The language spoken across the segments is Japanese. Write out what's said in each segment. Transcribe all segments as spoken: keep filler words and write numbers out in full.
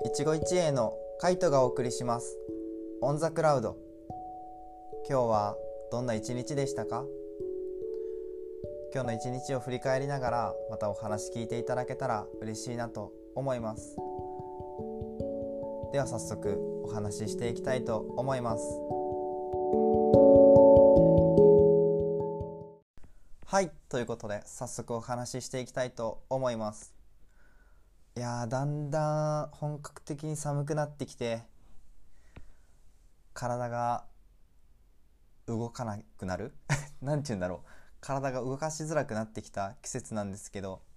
一期一会のカイトがお送りします。オンザクラウド。今日はどんな一日でしたか？今日の一日を振り返りながらまたお話聞いていただけたら嬉しいなと思います。では早速お話ししていきたいと思います。はい、ということで早速お話ししていきたいと思います。いやーだんだん本格的に寒くなってきて、体が動かなくなるなんて言うんだろう、体が動かしづらくなってきた季節なんですけど、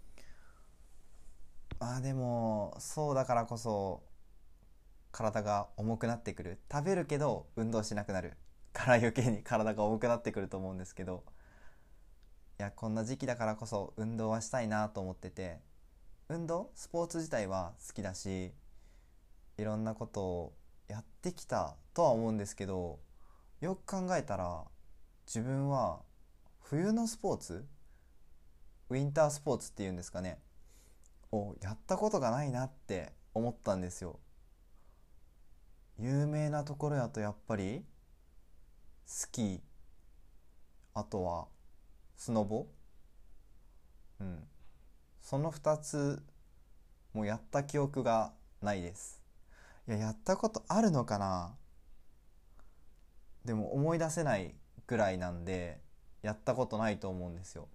まあでもそうだからこそ体が重くなってくる。食べるけど運動しなくなるから余計に体が重くなってくると思うんですけど、いやこんな時期だからこそ運動はしたいなと思ってて、運動スポーツ自体は好きだし、いろんなことをやってきたとは思うんですけど、よく考えたら自分は冬のスポーツ、ウィンタースポーツっていうんですかね、をやったことがないなって思ったんですよ。有名なところやとやっぱりスキー、あとはスノボ、うん、そのふたつもやった記憶がないです。いややったことあるのかな、でも思い出せないぐらいなんでやったことないと思うんですよ。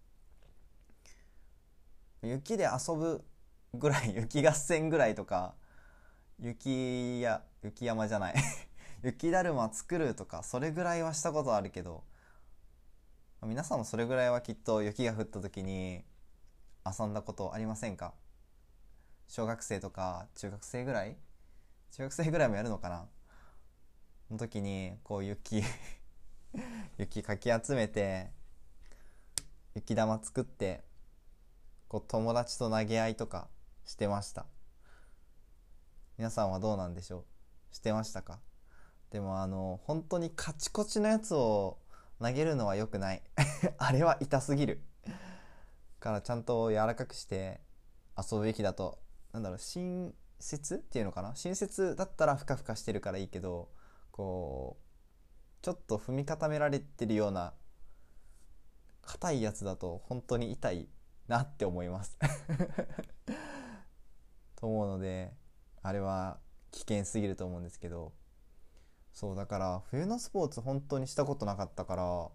雪で遊ぶぐらい雪合戦ぐらいとか、雪や雪山じゃない雪だるま作るとか、それぐらいはしたことあるけど、皆さんもそれぐらいはきっと雪が降った時に遊んだことありませんか？小学生とか中学生ぐらい中学生ぐらいもやるのかなの時にこう雪雪かき集めて雪玉作って、こう友達と投げ合いとかしてました。皆さんはどうなんでしょう？してましたか？でもあの本当にカチコチのやつを投げるのは良くないあれは痛すぎるからちゃんと柔らかくして遊ぶべきだと。なんだろう、新雪っていうのかな、新雪だったらふかふかしてるからいいけど、こうちょっと踏み固められてるような硬いやつだと本当に痛いなって思いますと思うので、あれは危険すぎると思うんですけど、そうだから冬のスポーツ本当にしたことなかったから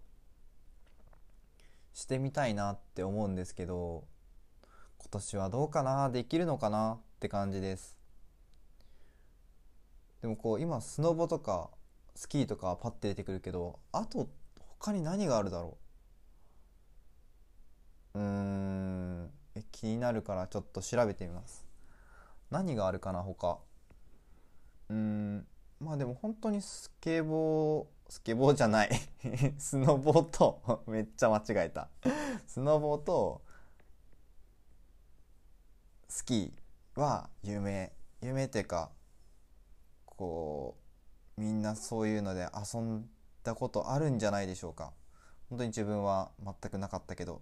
してみたいなって思うんですけど、今年はどうかな、できるのかなって感じです。でもこう今スノボとかスキーとかパッて出てくるけど、あと他に何があるだろう。うーんえ気になるからちょっと調べてみます。何があるかな他。うーんまあでも本当にスケボースケボーじゃないスノボーとめっちゃ間違えたスノボーとスキーは有名有名っていうか、こうみんなそういうので遊んだことあるんじゃないでしょうか。本当に自分は全くなかったけど、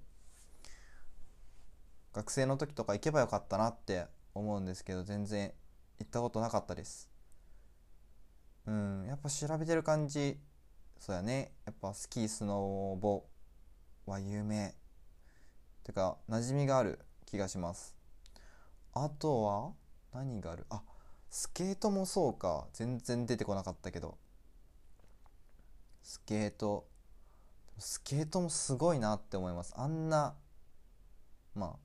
学生の時とか行けばよかったなって思うんですけど、全然行ったことなかったです。うんやっぱ調べてる感じ、そうやね、やっぱスキースノボは有名てか馴染みがある気がします。あとは何がある、あスケートもそうか、全然出てこなかったけど、スケートスケートもすごいなって思います。あんな、まあ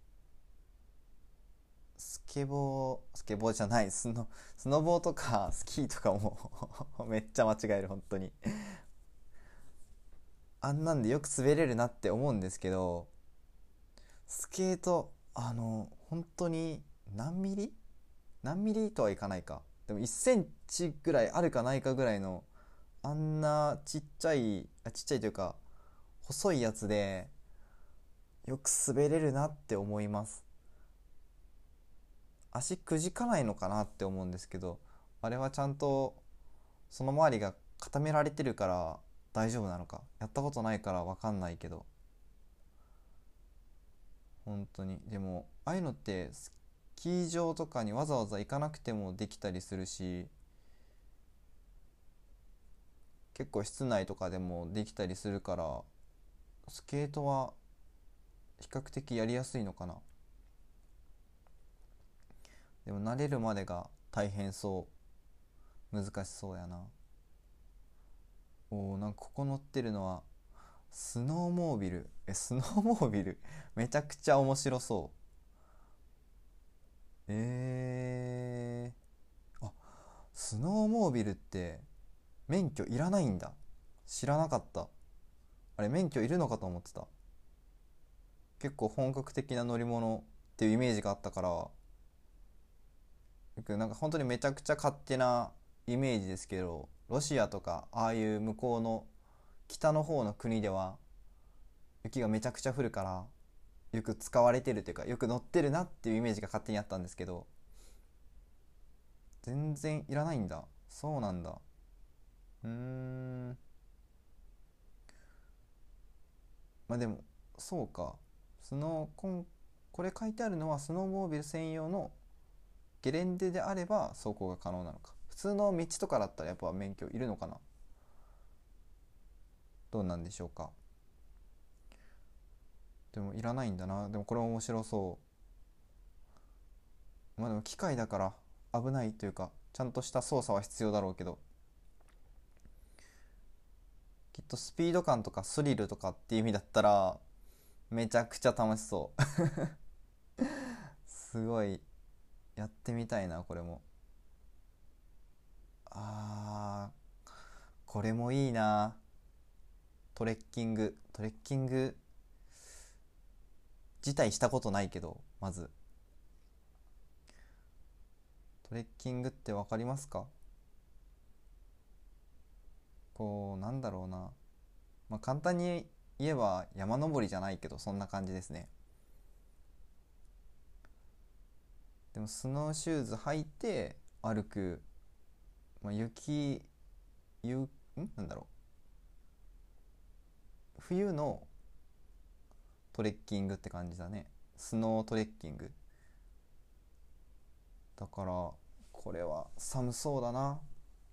スケボースケボーじゃないスノスノボーとかスキーとかもめっちゃ間違える本当に。あんなんでよく滑れるなって思うんですけど、スケートあの本当に何ミリ何ミリとはいかないか、でもいっセンチぐらいあるかないかぐらいの、あんなちっちゃいあちっちゃいというか細いやつでよく滑れるなって思います。足くじかないのかなって思うんですけど、あれはちゃんとその周りが固められてるから大丈夫なのか、やったことないから分かんないけど、本当にでもああいうのってスキー場とかにわざわざ行かなくてもできたりするし、結構室内とかでもできたりするから、スケートは比較的やりやすいのかな。でも慣れるまでが大変そう、難しそうやな。おー、なんかここ乗ってるのはスノーモービル。えスノーモービルめちゃくちゃ面白そう。えー、あ、スノーモービルって免許いらないんだ。知らなかった。あれ免許いるのかと思ってた。結構本格的な乗り物っていうイメージがあったから、なんか本当にめちゃくちゃ勝手なイメージですけど、ロシアとかああいう向こうの北の方の国では雪がめちゃくちゃ降るから、よく使われてるというかよく乗ってるなっていうイメージが勝手にあったんですけど、全然いらないんだ。そうなんだ。うーん。まあでもそうか。スノーコンこれ書いてあるのはスノーモービル専用のゲレンデであれば走行が可能なのか。普通の道とかだったらやっぱ免許いるのかな。どうなんでしょうか。でもいらないんだな。でもこれ面白そう。まあでも機械だから危ないというか、ちゃんとした操作は必要だろうけど、きっとスピード感とかスリルとかっていう意味だったらめちゃくちゃ楽しそうすごいやってみたいなこれも。あー、これもいいな。トレッキングトレッキング自体したことないけど、まずトレッキングって分かりますか？こうなんだろうな、まあ簡単に言えば山登りじゃないけどそんな感じですね。でもスノーシューズ履いて歩く、まあ、雪ゆんなんだろう、冬のトレッキングって感じだね。スノートレッキングだから、これは寒そうだな。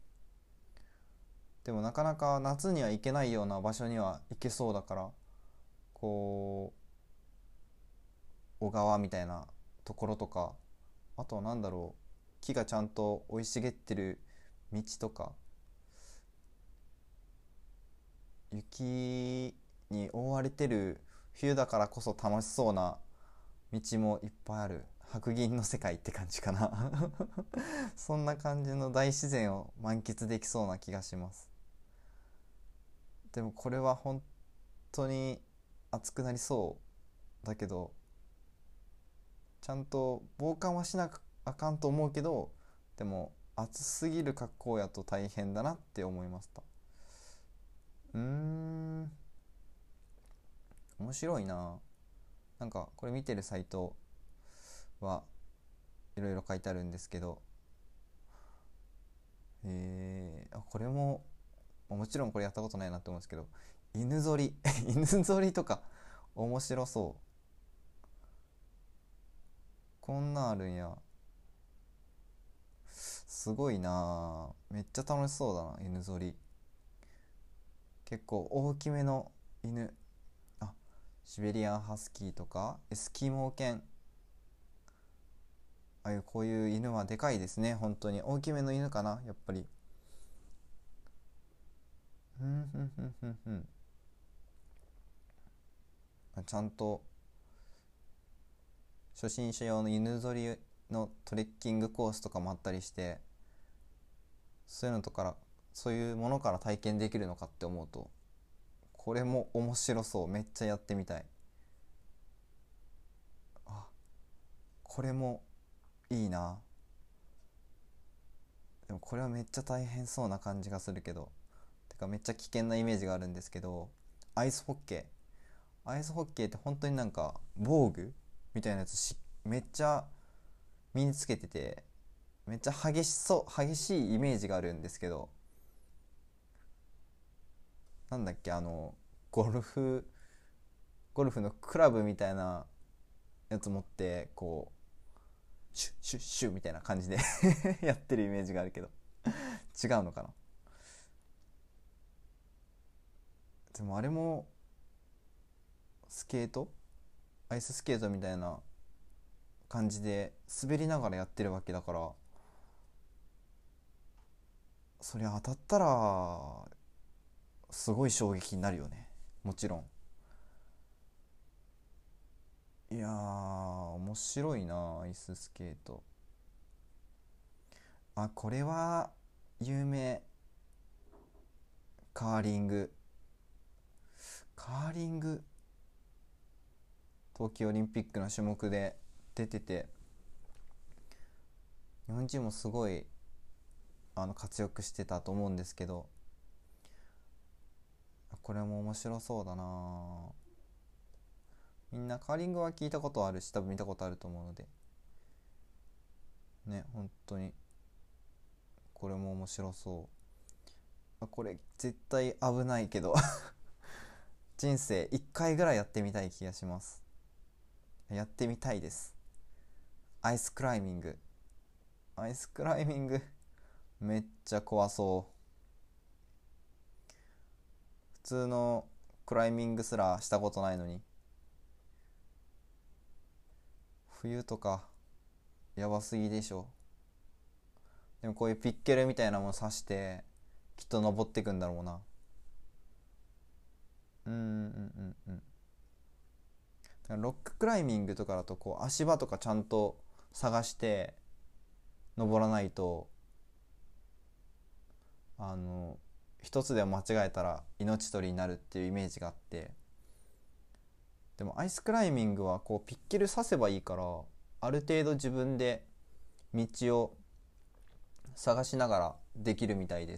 でもなかなか夏には行けないような場所には行けそうだから、こう小川みたいなところとか、あとはなんだろう、木がちゃんと生い茂ってる道とか、雪に覆われてる冬だからこそ楽しそうな道もいっぱいある白銀の世界って感じかなそんな感じの大自然を満喫できそうな気がします。でもこれは本当に暑くなりそうだけど、ちゃんと防寒はしなあかんと思うけど、でも暑すぎる格好やと大変だなって思いました。うーん、面白いな。なんかこれ見てるサイトはいろいろ書いてあるんですけど、えー、あこれももちろんこれやったことないなって思うんですけど、犬ぞり犬ぞりとか面白そう。こんなんあるんや。すごいな。めっちゃ楽しそうだな、犬ぞり。結構大きめの犬、あ、シベリアンハスキーとかエスキモー犬、ああいうこういう犬はでかいですね。本当に大きめの犬かなやっぱり。ふんふんふんふんふん。ちゃんと初心者用の犬ぞりのトレッキングコースとかもあったりして、そういうのとからそういうものから体験できるのかって思うと、これも面白そう。めっちゃやってみたい。あ、これもいいな。でもこれはめっちゃ大変そうな感じがするけど、てかめっちゃ危険なイメージがあるんですけど、アイスホッケーアイスホッケーって本当になんか防具みたいなやつしめっちゃ身につけてて、めっちゃ激しそう激しいイメージがあるんですけど、なんだっけ、あのゴルフゴルフのクラブみたいなやつ持ってこシュッシュッシュッみたいな感じでやってるイメージがあるけど違うのかな。でもあれもスケートアイススケートみたいな感じで滑りながらやってるわけだから、そりゃ当たったらすごい衝撃になるよね、もちろん。いやー面白いなアイススケート。あ、これは有名。カーリング。カーリング冬季オリンピックの種目で出てて、日本人もすごいあの活躍してたと思うんですけど、これも面白そうだな。みんなカーリングは聞いたことあるし多分見たことあると思うのでね、本当にこれも面白そう。これ絶対危ないけど人生いっかいぐらいやってみたい気がします。やってみたいです。アイスクライミング。アイスクライミングめっちゃ怖そう。普通のクライミングすらしたことないのに、冬とかやばすぎでしょ。でもこういうピッケルみたいなもの刺してきっと登ってくんだろうな。うんうんうんうん。ロッククライミングとかだとこう足場とかちゃんと探して登らないと、あの一つでも間違えたら命取りになるっていうイメージがあって、でもアイスクライミングはこうピッケル刺せばいいから、ある程度自分で道を探しながらできるみたいです。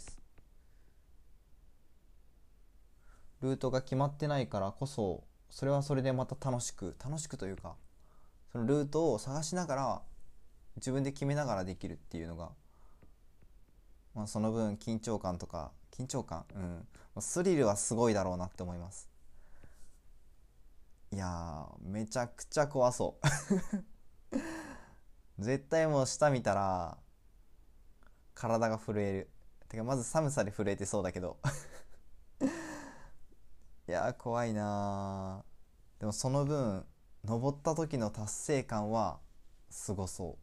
ルートが決まってないからこそ、それはそれでまた楽しく楽しくというか、そのルートを探しながら自分で決めながらできるっていうのが、まあ、その分緊張感とか緊張感うんスリルはすごいだろうなって思います。いやーめちゃくちゃ怖そう絶対もう下見たら体が震える。てかまず寒さで震えてそうだけどいやー怖いなー。でもその分登った時の達成感はすごそう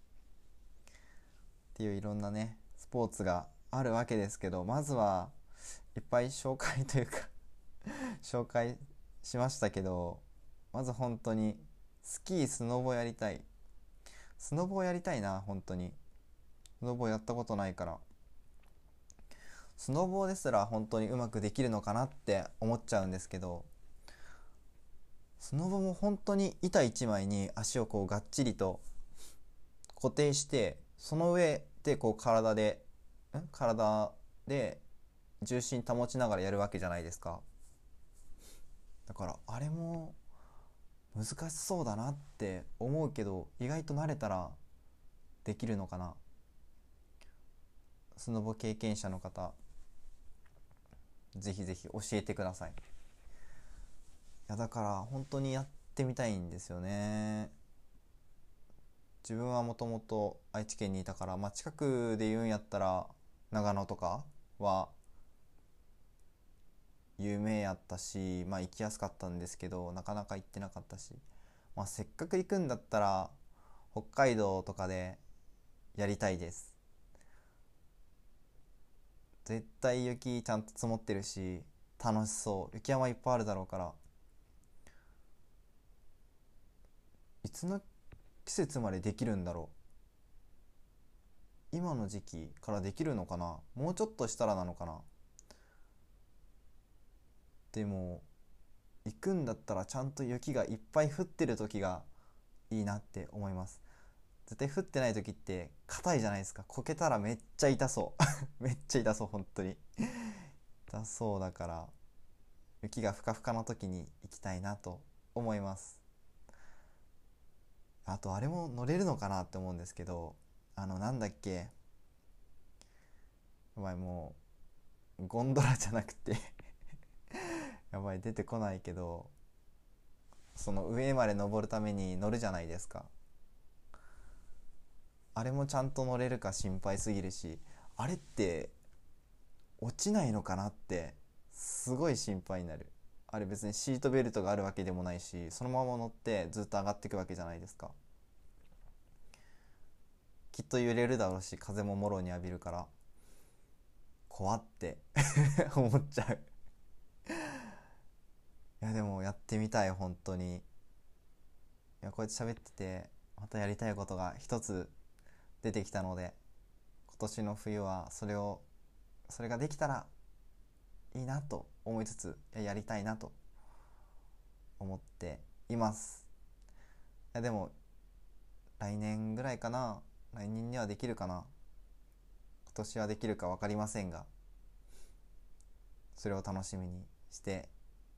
っていう、いろんなねスポーツがあるわけですけど、まずはいっぱい紹介というか紹介しましたけど、まず本当にスキースノボやりたい。スノボやりたいな。本当にスノボやったことないから、スノボですら本当にうまくできるのかなって思っちゃうんですけど、スノボも本当に板一枚に足をこうがっちりと固定して、その上でこう体でん体で重心保ちながらやるわけじゃないですか。だからあれも難しそうだなって思うけど、意外と慣れたらできるのかな。スノボ経験者の方ぜひぜひ教えてください。いやだから本当にやってみたいんですよね。自分はもともと愛知県にいたから、まあ、近くで言うんやったら長野とかは有名やったし、まあ、行きやすかったんですけど、なかなか行ってなかったし、まあ、せっかく行くんだったら北海道とかでやりたいです。絶対雪ちゃんと積もってるし楽しそう。雪山いっぱいあるだろうから、いつの季節までできるんだろう。今の時期からできるのかな、もうちょっとしたらなのかな。でも行くんだったらちゃんと雪がいっぱい降ってる時がいいなって思います。絶対降ってない時って硬いじゃないですか。こけたらめっちゃ痛そうめっちゃ痛そう、本当に痛そうだから、雪がふかふかの時に行きたいなと思います。あとあれも乗れるのかなって思うんですけど、あのなんだっけ、やばいもうゴンドラじゃなくてやばい出てこないけど、その上まで登るために乗るじゃないですか。 あれもちゃんと乗れるか心配すぎるし、あれって落ちないのかなってすごい心配になる。あれ別にシートベルトがあるわけでもないし、そのまま乗ってずっと上がっていくわけじゃないですか。きっと揺れるだろうし、風ももろに浴びるから怖って思っちゃう。いやでもやってみたい、本当に。いやこうやって喋っててまたやりたいことが一つ出てきたので、今年の冬はそれをそれができたらいいなと思いつつ、や、やりたいなと思っています。いやでも来年ぐらいかな、来年にはできるかな、今年はできるか分かりませんが、それを楽しみにして、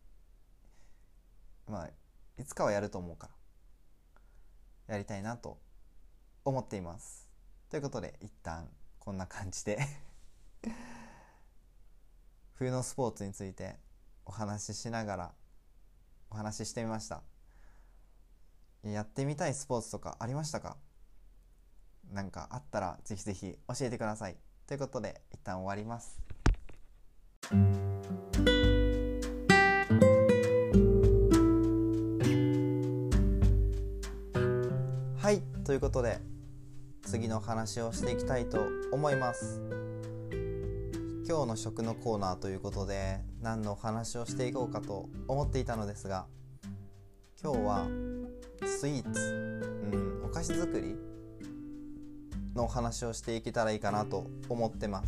まあいつかはやると思うからやりたいなと思っています。ということで一旦こんな感じで冬のスポーツについてお話ししながらお話ししてみました。やってみたいスポーツとかありましたか？なんかあったらぜひぜひ教えてください。ということで一旦終わります。はい、ということで次の話をしていきたいと思います。今日の食のコーナーということで何のお話をしていこうかと思っていたのですが、今日はスイーツ、うん、お菓子作りのお話をしていけたらいいかなと思ってます。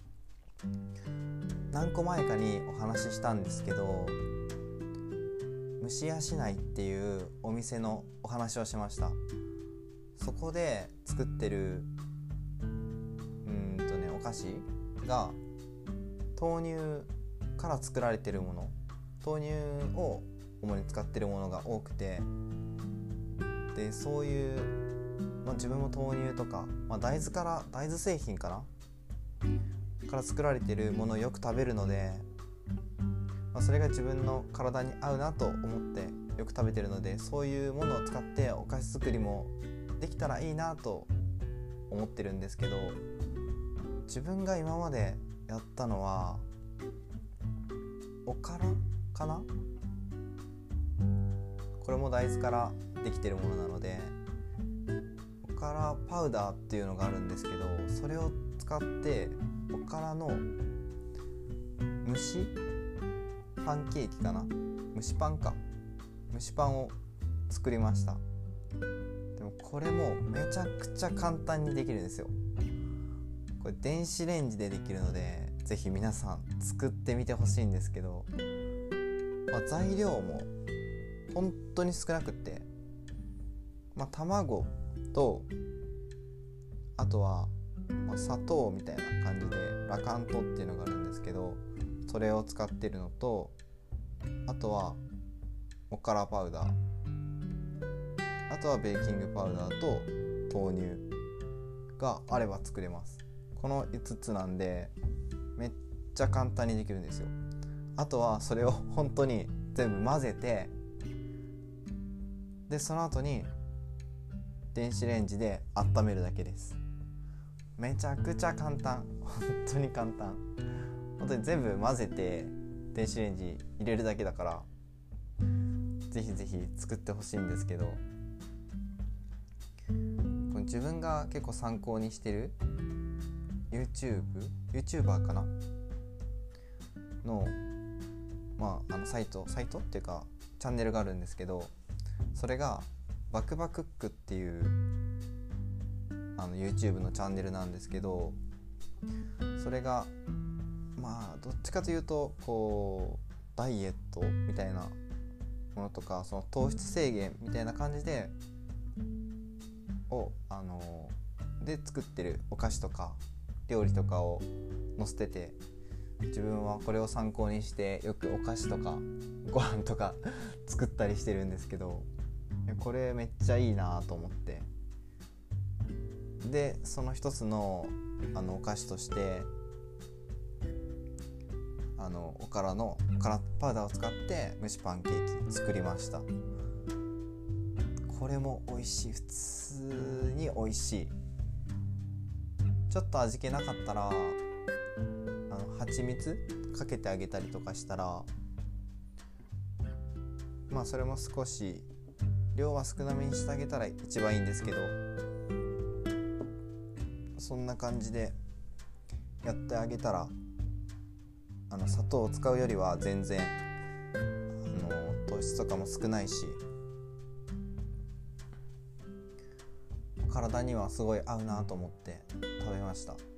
何個前かにお話ししたんですけど、虫やしないっていうお店のお話をしました。そこで作ってるうんとねお菓子が豆乳から作られてるもの、豆乳を主に使ってるものが多くて、でそういう、まあ、自分も豆乳とか、まあ、大豆から大豆製品かなから作られてるものをよく食べるので、まあ、それが自分の体に合うなと思ってよく食べてるので、そういうものを使ってお菓子作りもできたらいいなと思ってるんですけど、自分が今までやったのはおからかな。これも大豆からできてるものなので、おからパウダーっていうのがあるんですけど、それを使っておからの蒸しパンケーキかな、蒸しパンか蒸しパンを作りました。でもこれもめちゃくちゃ簡単にできるんですよ。これ電子レンジでできるのでぜひ皆さん作ってみてほしいんですけど、まあ、材料も本当に少なくって、まあ、卵とあとは、まあ、砂糖みたいな感じでラカントっていうのがあるんですけど、それを使ってるのと、あとはおからパウダー、あとはベーキングパウダーと豆乳があれば作れます。このいつつなんでめっちゃ簡単にできるんですよ。あとはそれを本当に全部混ぜて、でその後に電子レンジで温めるだけです。めちゃくちゃ簡単、本当に簡単。本当に全部混ぜて電子レンジ入れるだけだから、ぜひぜひ作ってほしいんですけど、この自分が結構参考にしてる YouTube、YouTuber かなの、まあ、あのサイト、サイトっていうかチャンネルがあるんですけど、それがバクバクックっていうあの YouTube のチャンネルなんですけど、それがまあどっちかというとこうダイエットみたいなものとか、その糖質制限みたいな感じでをあので作ってるお菓子とか料理とかを載せてて、自分はこれを参考にしてよくお菓子とかご飯とか作ったりしてるんですけど、これめっちゃいいなと思って、でその一つのあのお菓子としてあのおからのおからパウダーを使って蒸しパンケーキ作りました。これも美味しい、普通に美味しい。 ちょっと味気なかったらあの蜂蜜かけてあげたりとかしたら、まあそれも少し量は少なめにしてあげたら一番いいんですけど、そんな感じでやってあげたら、あの砂糖を使うよりは全然あの糖質とかも少ないし、体にはすごい合うなと思って食べました。うん、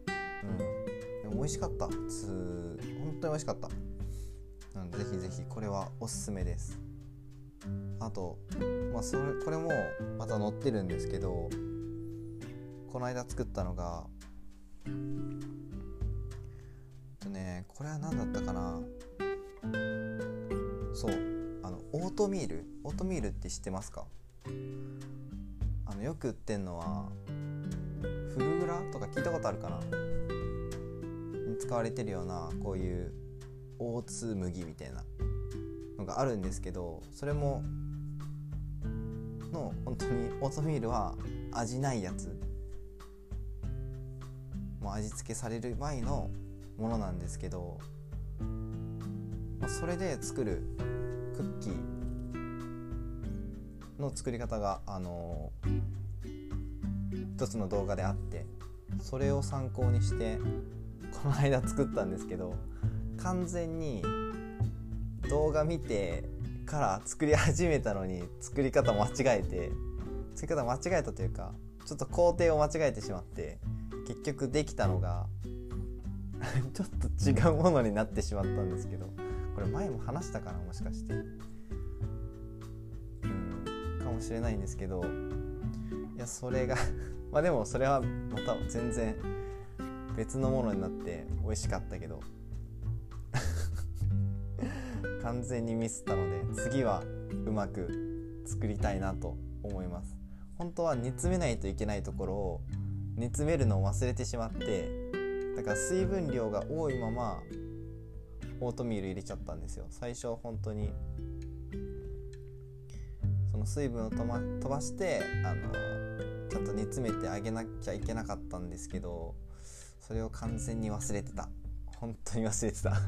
でも美味しかった。つ本当に美味しかった。うん、ぜひぜひこれはおすすめです。あと、まあ、それこれもまた載ってるんですけど、この間作ったのがとね、これは何だったかな。そう、あのオートミールオートミールって知ってますか？あのよく売ってんのはフルグラとか聞いたことあるかな、に使われてるようなこういうオーツ麦みたいなのがあるんですけど、それもの本当にオートミールは味ないやつ、もう味付けされる前のものなんですけど、まあ、それで作るクッキーの作り方があの一つの動画であって、それを参考にしてこの間作ったんですけど、完全に動画見てから作り始めたのに作り方間違えて作り方間違えたというか、ちょっと工程を間違えてしまって、結局できたのがちょっと違うものになってしまったんですけど、これ前も話したかな、もしかして、うんかもしれないんですけど、いやそれがまあでもそれはまた全然別のものになって美味しかったけど完全にミスったので、次はうまく作りたいなと思います。本当は煮詰めないといけないところを煮詰めるのを忘れてしまって、だから水分量が多いままオートミール入れちゃったんですよ。最初本当にその水分をと、ま、飛ばしてあのちゃんと煮詰めてあげなきゃいけなかったんですけど、それを完全に忘れてた。本当に忘れてた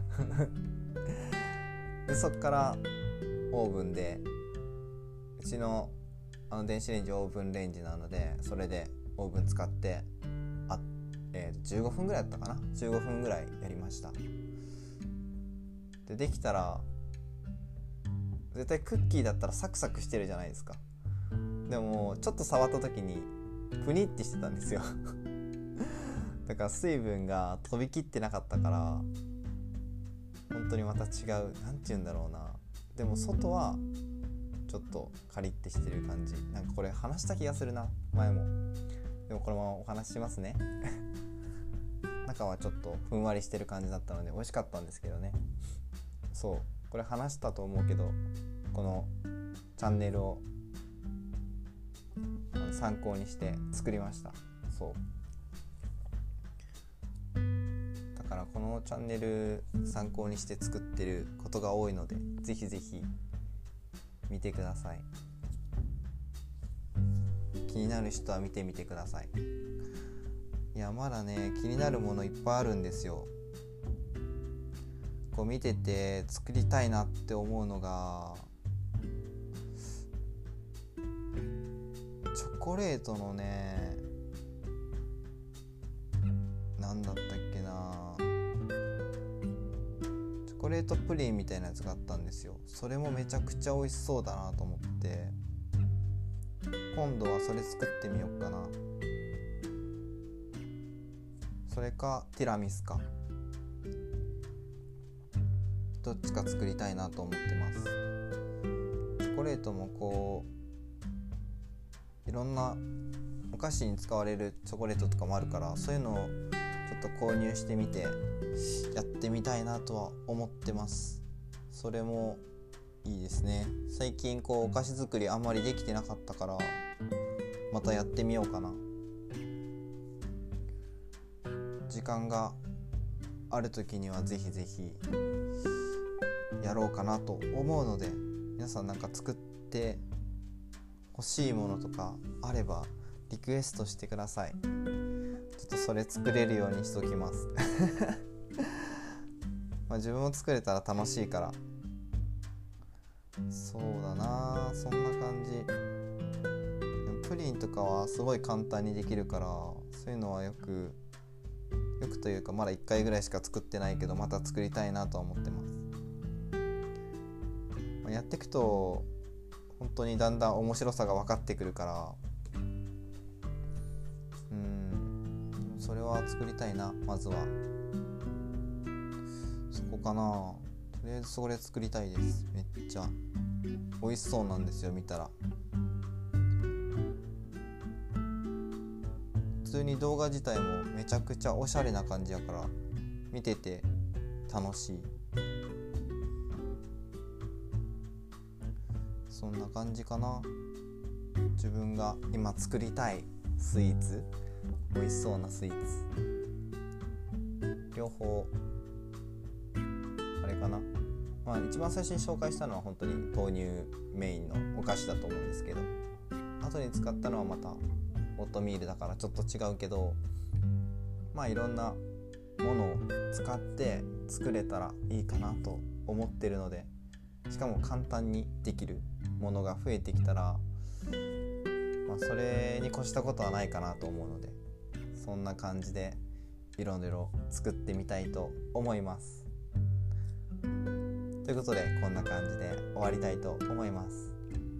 でそっからオーブンで、うちのあの電子レンジオーブンレンジなので、それでオーブン使ってあ、えー、じゅうごふんぐらいだったかな、じゅうごふんぐらいやりました。でできたら絶対クッキーだったらサクサクしてるじゃないですか。でもちょっと触った時にプニってしてたんですよだから水分が飛びきってなかったから、本当にまた違う、なんて言うんだろうな、でも外はちょっとカリッてしてる感じ。なんかこれ話した気がするな、前も。でもこのままお話ししますね中はちょっとふんわりしてる感じだったので美味しかったんですけどね。そう、これ話したと思うけど、このチャンネルを参考にして作りました。そうだからこのチャンネル参考にして作ってることが多いので、ぜひぜひ見てください。気になる人は見てみてください。いやまだね、気になるものいっぱいあるんですよ。こう見てて作りたいなって思うのが、チョコレートのね、なんだったっけな、チョコレートプリンみたいなやつがあったんですよ。それもめちゃくちゃ美味しそうだなと思って、今度はそれ作ってみようかな。それかティラミスか、どっちか作りたいなと思ってます。チョコレートもこういろんなお菓子に使われるチョコレートとかもあるから、そういうのをちょっと購入してみてやってみたいなとは思ってます。それもいいですね。最近こうお菓子作りあんまりできてなかったから、またやってみようかな。時間がある時にはぜひぜひやろうかなと思うので、皆さんなんか作って欲しいものとかあればリクエストしてください。 ちょっとそれ作れるようにしときますまあ自分も作れたら楽しいから。そうだな、そんな感じ。プリンとかはすごい簡単にできるから、そういうのはよくよくというかまだいっかいぐらいしか作ってないけど、また作りたいなとは思ってます。まあ、やっていくと本当にだんだん面白さが分かってくるから、うーんそれは作りたいな。まずはそこかな。とりあえずそれ作りたいです。めっちゃ美味しそうなんですよ、見たら。普通に動画自体もめちゃくちゃおしゃれな感じやから、見てて楽しい。そんな感じかな。自分が今作りたいスイーツ、美味しそうなスイーツ、両方あれかな。まあ一番最初に紹介したのは本当に豆乳メインのお菓子だと思うんですけど、後に使ったのはまたオートミールだからちょっと違うけど、まあいろんなものを使って作れたらいいかなと思ってるので、しかも簡単にできるものが増えてきたら、まあ、それに越したことはないかなと思うので、そんな感じでいろいろ作ってみたいと思います。ということでこんな感じで終わりたいと思います。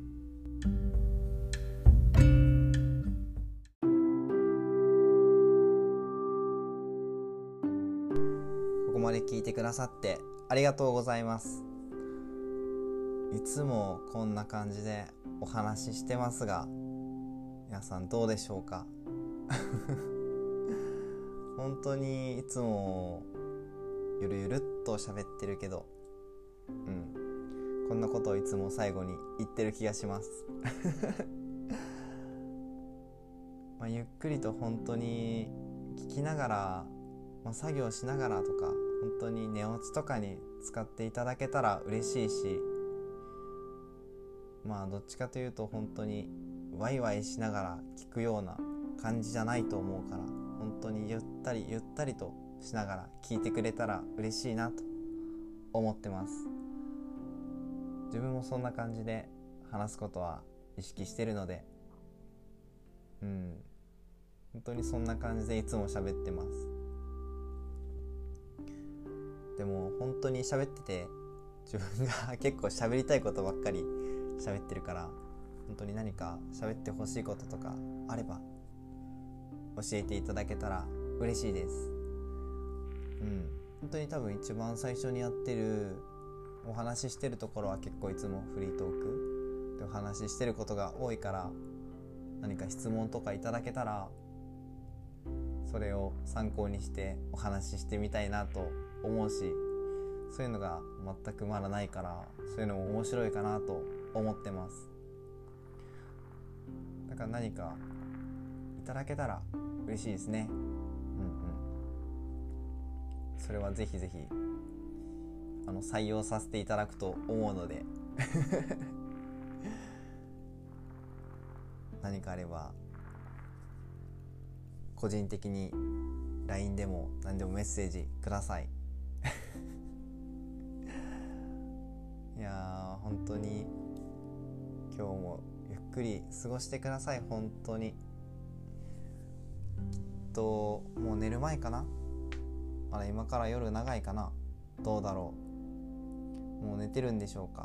ここまで聞いてくださってありがとうございます。いつもこんな感じでお話ししてますが、皆さんどうでしょうか本当にいつもゆるゆるっと喋ってるけど、うんこんなことをいつも最後に言ってる気がしますまあゆっくりと本当に聞きながら、まあ、作業しながらとか、本当に寝落ちとかに使っていただけたら嬉しいし、まあどっちかというと本当にワイワイしながら聞くような感じじゃないと思うから、本当にゆったりゆったりとしながら聞いてくれたら嬉しいなと思ってます。自分もそんな感じで話すことは意識してるので、うん本当にそんな感じでいつも喋ってます。でも本当に喋ってて自分が結構喋りたいことばっかり喋ってるから、本当に何か喋ってほしいこととかあれば教えていただけたら嬉しいです。うん本当に多分一番最初にやってるお話ししてるところは結構いつもフリートークでお話ししてることが多いから、何か質問とかいただけたらそれを参考にしてお話ししてみたいなと思うし、そういうのが全くまだないから、そういうのも面白いかなと思ってます。だから何かいただけたら嬉しいですね。うんうんそれはぜひぜひあの採用させていただくと思うので何かあれば個人的に ライン でも何でもメッセージくださいいやー本当に今日もゆっくり過ごしてください。本当にきっともう寝る前かな、まだ今から夜長いかな、どうだろう、もう寝てるんでしょうか。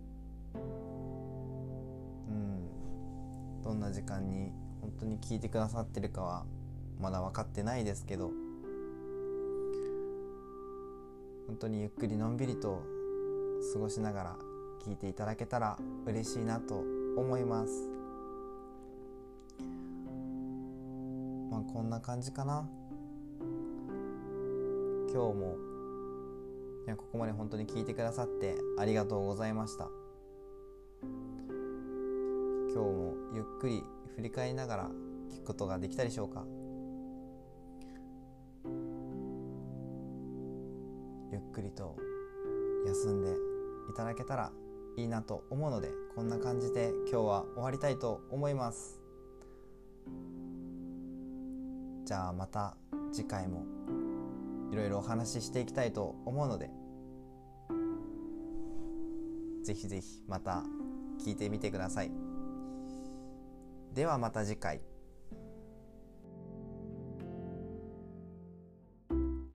うんどんな時間に本当に聞いてくださってるかはまだ分かってないですけど、本当にゆっくりのんびりと過ごしながら聞いていただけたら嬉しいなと思います。まあこんな感じかな。今日もいやここまで本当に聞いてくださってありがとうございました。今日もゆっくり振り返りながら聞くことができたでしょうか。ゆっくりと休んでいただけたらいいなと思うので、こんな感じで今日は終わりたいと思います。 じゃあまた次回もいろいろお話ししていきたいと思うので、ぜひぜひまた聞いてみてください。ではまた次回。